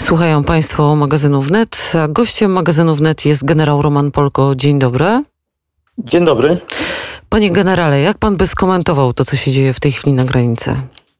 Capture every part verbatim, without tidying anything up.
Słuchają Państwo magazynu Wnet, a gościem magazynu Wnet jest generał Roman Polko. Dzień dobry. Dzień dobry. Panie generale, jak pan by skomentował to, co się dzieje w tej chwili na granicy?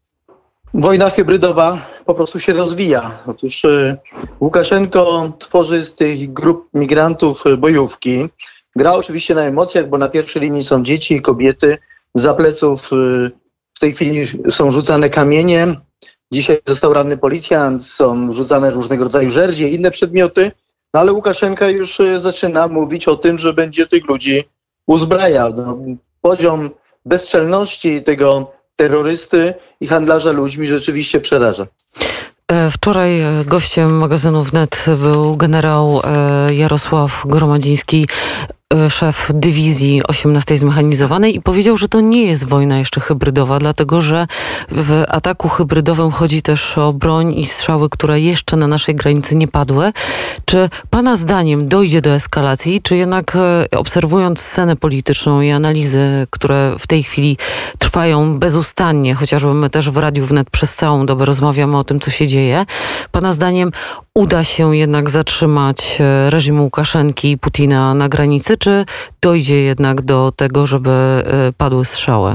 Wojna hybrydowa po prostu się rozwija. Otóż y, Łukaszenko tworzy z tych grup migrantów y, bojówki. Gra oczywiście na emocjach, bo na pierwszej linii są dzieci i kobiety. Za pleców y, w tej chwili są rzucane kamienie. Dzisiaj został ranny policjant, są rzucane różnego rodzaju żerdzie i inne przedmioty. No ale Łukaszenka już y, zaczyna mówić o tym, że będzie tych ludzi uzbrajał. No, poziom bezczelności tego terrorysty i handlarza ludźmi rzeczywiście przeraża. Wczoraj gościem magazynu Wnet był generał Jarosław Gromadziński, szef dywizji osiemnastej Zmechanizowanej i powiedział, że to nie jest wojna jeszcze hybrydowa, dlatego że w ataku hybrydowym chodzi też o broń i strzały, które jeszcze na naszej granicy nie padły. Czy pana zdaniem dojdzie do eskalacji, czy jednak obserwując scenę polityczną i analizy, które w tej chwili trwają bezustannie, chociażby my też w Radiu Wnet przez całą dobę rozmawiamy o tym, co się dzieje, pana zdaniem uda się jednak zatrzymać reżim Łukaszenki i Putina na granicy, czy dojdzie jednak do tego, żeby padły strzały?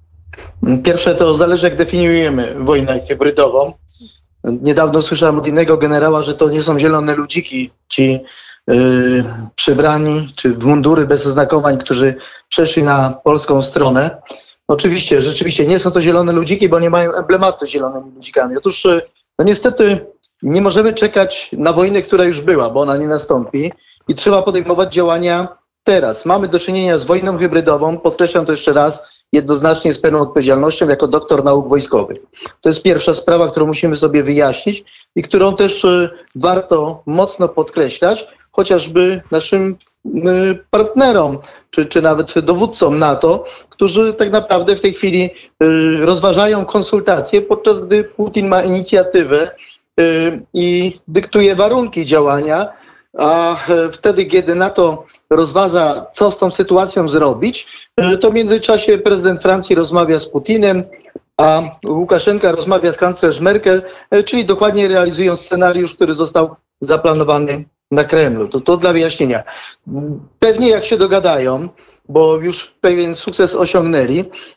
Pierwsze to zależy, jak definiujemy wojnę hybrydową. Niedawno słyszałem od innego generała, że to nie są zielone ludziki, ci yy, przybrani, czy w mundury bez oznakowań, którzy przeszli na polską stronę. Oczywiście, rzeczywiście nie są to zielone ludziki, bo nie mają emblematu z zielonymi ludzikami. Otóż no niestety nie możemy czekać na wojnę, która już była, bo ona nie nastąpi i trzeba podejmować działania teraz. Mamy do czynienia z wojną hybrydową, podkreślam to jeszcze raz, jednoznacznie z pełną odpowiedzialnością jako doktor nauk wojskowych. To jest pierwsza sprawa, którą musimy sobie wyjaśnić i którą też y, warto mocno podkreślać, chociażby naszym y, partnerom, czy, czy nawet dowódcom NATO, którzy tak naprawdę w tej chwili y, rozważają konsultacje, podczas gdy Putin ma inicjatywę y, i dyktuje warunki działania, a wtedy, kiedy NATO rozważa, co z tą sytuacją zrobić, to w międzyczasie prezydent Francji rozmawia z Putinem, a Łukaszenka rozmawia z kanclerz Merkel, czyli dokładnie realizują scenariusz, który został zaplanowany na Kremlu. To, to dla wyjaśnienia. Pewnie jak się dogadają, bo już pewien sukces osiągnęli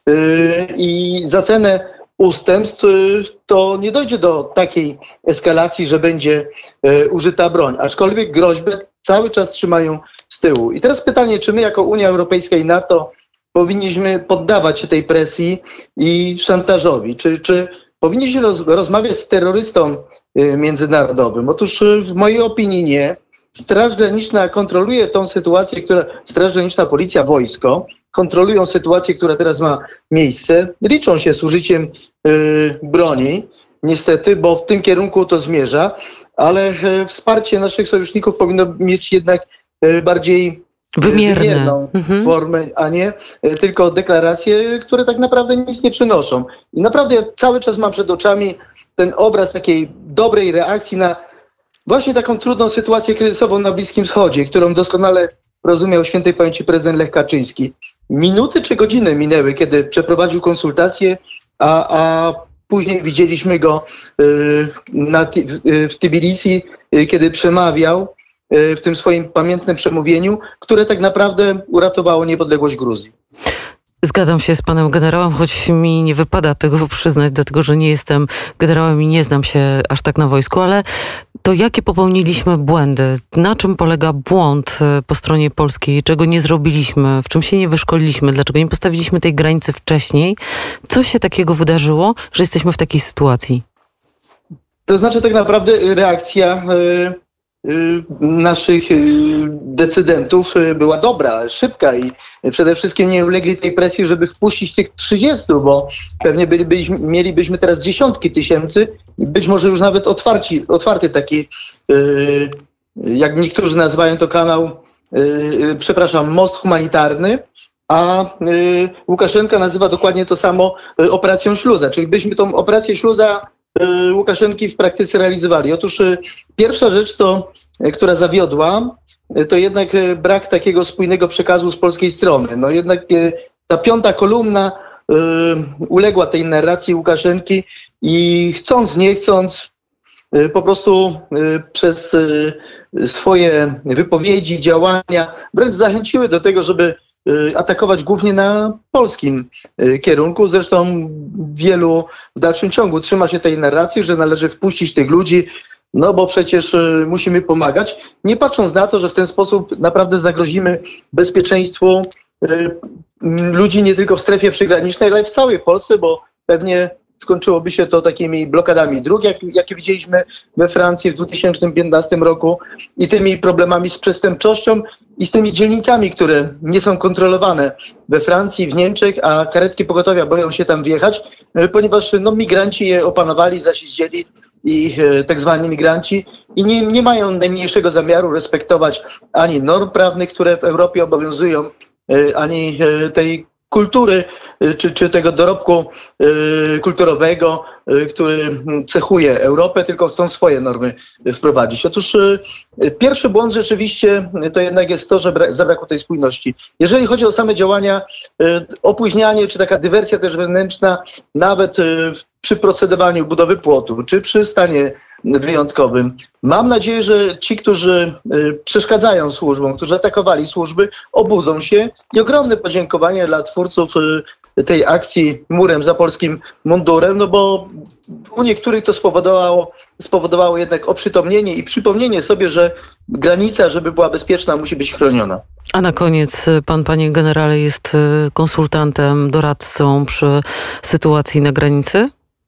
yy, i za cenę ustępstw, to nie dojdzie do takiej eskalacji, że będzie e, użyta broń, aczkolwiek groźby cały czas trzymają z tyłu. I teraz pytanie, czy my jako Unia Europejska i NATO powinniśmy poddawać się tej presji i szantażowi? Czy, czy powinniśmy roz, rozmawiać z terrorystą e, międzynarodowym? Otóż w mojej opinii nie. Straż Graniczna kontroluje tą sytuację, która Straż Graniczna, Policja, Wojsko kontrolują sytuację, która teraz ma miejsce. Liczą się z użyciem y, broni, niestety, bo w tym kierunku to zmierza, ale y, wsparcie naszych sojuszników powinno mieć jednak y, bardziej Wymierne. wymierną mhm. formę, a nie y, tylko deklaracje, które tak naprawdę nic nie przynoszą. I naprawdę ja cały czas mam przed oczami ten obraz takiej dobrej reakcji na właśnie taką trudną sytuację kryzysową na Bliskim Wschodzie, którą doskonale rozumiał świętej pamięci prezydent Lech Kaczyński. Minuty czy godziny minęły, kiedy przeprowadził konsultacje, a, a później widzieliśmy go y, na, y, w Tbilisi, y, kiedy przemawiał y, w tym swoim pamiętnym przemówieniu, które tak naprawdę uratowało niepodległość Gruzji. Zgadzam się z panem generałem, choć mi nie wypada tego przyznać, dlatego że nie jestem generałem i nie znam się aż tak na wojsku, ale to jakie popełniliśmy błędy? Na czym polega błąd po stronie polskiej? Czego nie zrobiliśmy? W czym się nie wyszkoliliśmy? Dlaczego nie postawiliśmy tej granicy wcześniej? Co się takiego wydarzyło, że jesteśmy w takiej sytuacji? To znaczy tak naprawdę reakcja y, y, naszych y, decydentów y, była dobra, szybka i przede wszystkim nie ulegli tej presji, żeby wpuścić tych trzydziestu, bo pewnie bylibyśmy, mielibyśmy teraz dziesiątki tysięcy i być może już nawet otwarci, otwarty taki, y, jak niektórzy nazywają to kanał, y, przepraszam, most humanitarny, a y, Łukaszenka nazywa dokładnie to samo y, operacją Śluza, czyli byśmy tą operację Śluza y, Łukaszenki w praktyce realizowali. Otóż y, pierwsza rzecz, to, y, która zawiodła, y, to jednak y, brak takiego spójnego przekazu z polskiej strony. No jednak y, ta piąta kolumna y, uległa tej narracji Łukaszenki i chcąc, nie chcąc, po prostu przez swoje wypowiedzi, działania wręcz zachęciły do tego, żeby atakować głównie na polskim kierunku. Zresztą wielu w dalszym ciągu trzyma się tej narracji, że należy wpuścić tych ludzi, no bo przecież musimy pomagać, nie patrząc na to, że w ten sposób naprawdę zagrozimy bezpieczeństwu ludzi nie tylko w strefie przygranicznej, ale i w całej Polsce, bo pewnie skończyłoby się to takimi blokadami dróg, jak, jakie widzieliśmy we Francji w dwa tysiące piętnastym roku i tymi problemami z przestępczością i z tymi dzielnicami, które nie są kontrolowane we Francji, w Niemczech, a karetki pogotowia boją się tam wjechać, ponieważ no, migranci je opanowali, zasiedzieli i e, tak zwani migranci i nie, nie mają najmniejszego zamiaru respektować ani norm prawnych, które w Europie obowiązują, e, ani e, tej kultury, czy, czy tego dorobku y, kulturowego, y, który cechuje Europę, tylko chcą swoje normy wprowadzić. Otóż y, pierwszy błąd rzeczywiście to jednak jest to, że bra- zabrakło tej spójności. Jeżeli chodzi o same działania, y, opóźnianie, czy taka dywersja też wewnętrzna, nawet y, przy procedowaniu budowy płotu, czy przy stanie wyjątkowym. Mam nadzieję, że ci, którzy y, przeszkadzają służbom, którzy atakowali służby, obudzą się i ogromne podziękowanie dla twórców y, tej akcji Murem za polskim mundurem, no bo u niektórych to spowodowało, spowodowało jednak oprzytomnienie i przypomnienie sobie, że granica, żeby była bezpieczna, musi być chroniona. A na koniec pan, panie generale, jest konsultantem, doradcą przy sytuacji na granicy?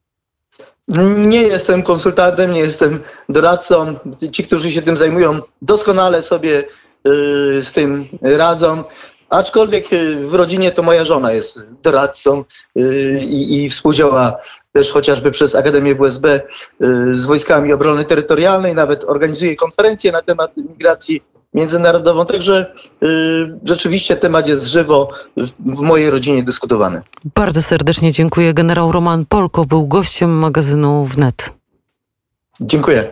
Nie jestem konsultantem, nie jestem doradcą. Ci, którzy się tym zajmują, doskonale sobie y, z tym radzą. Aczkolwiek w rodzinie to moja żona jest doradcą y, i współdziała też chociażby przez Akademię W S B y, z Wojskami Obrony Terytorialnej. Nawet organizuje konferencje na temat migracji międzynarodową. Także y, rzeczywiście temat jest żywo w, w mojej rodzinie dyskutowany. Bardzo serdecznie dziękuję. Generał Roman Polko był gościem magazynu Wnet. Dziękuję.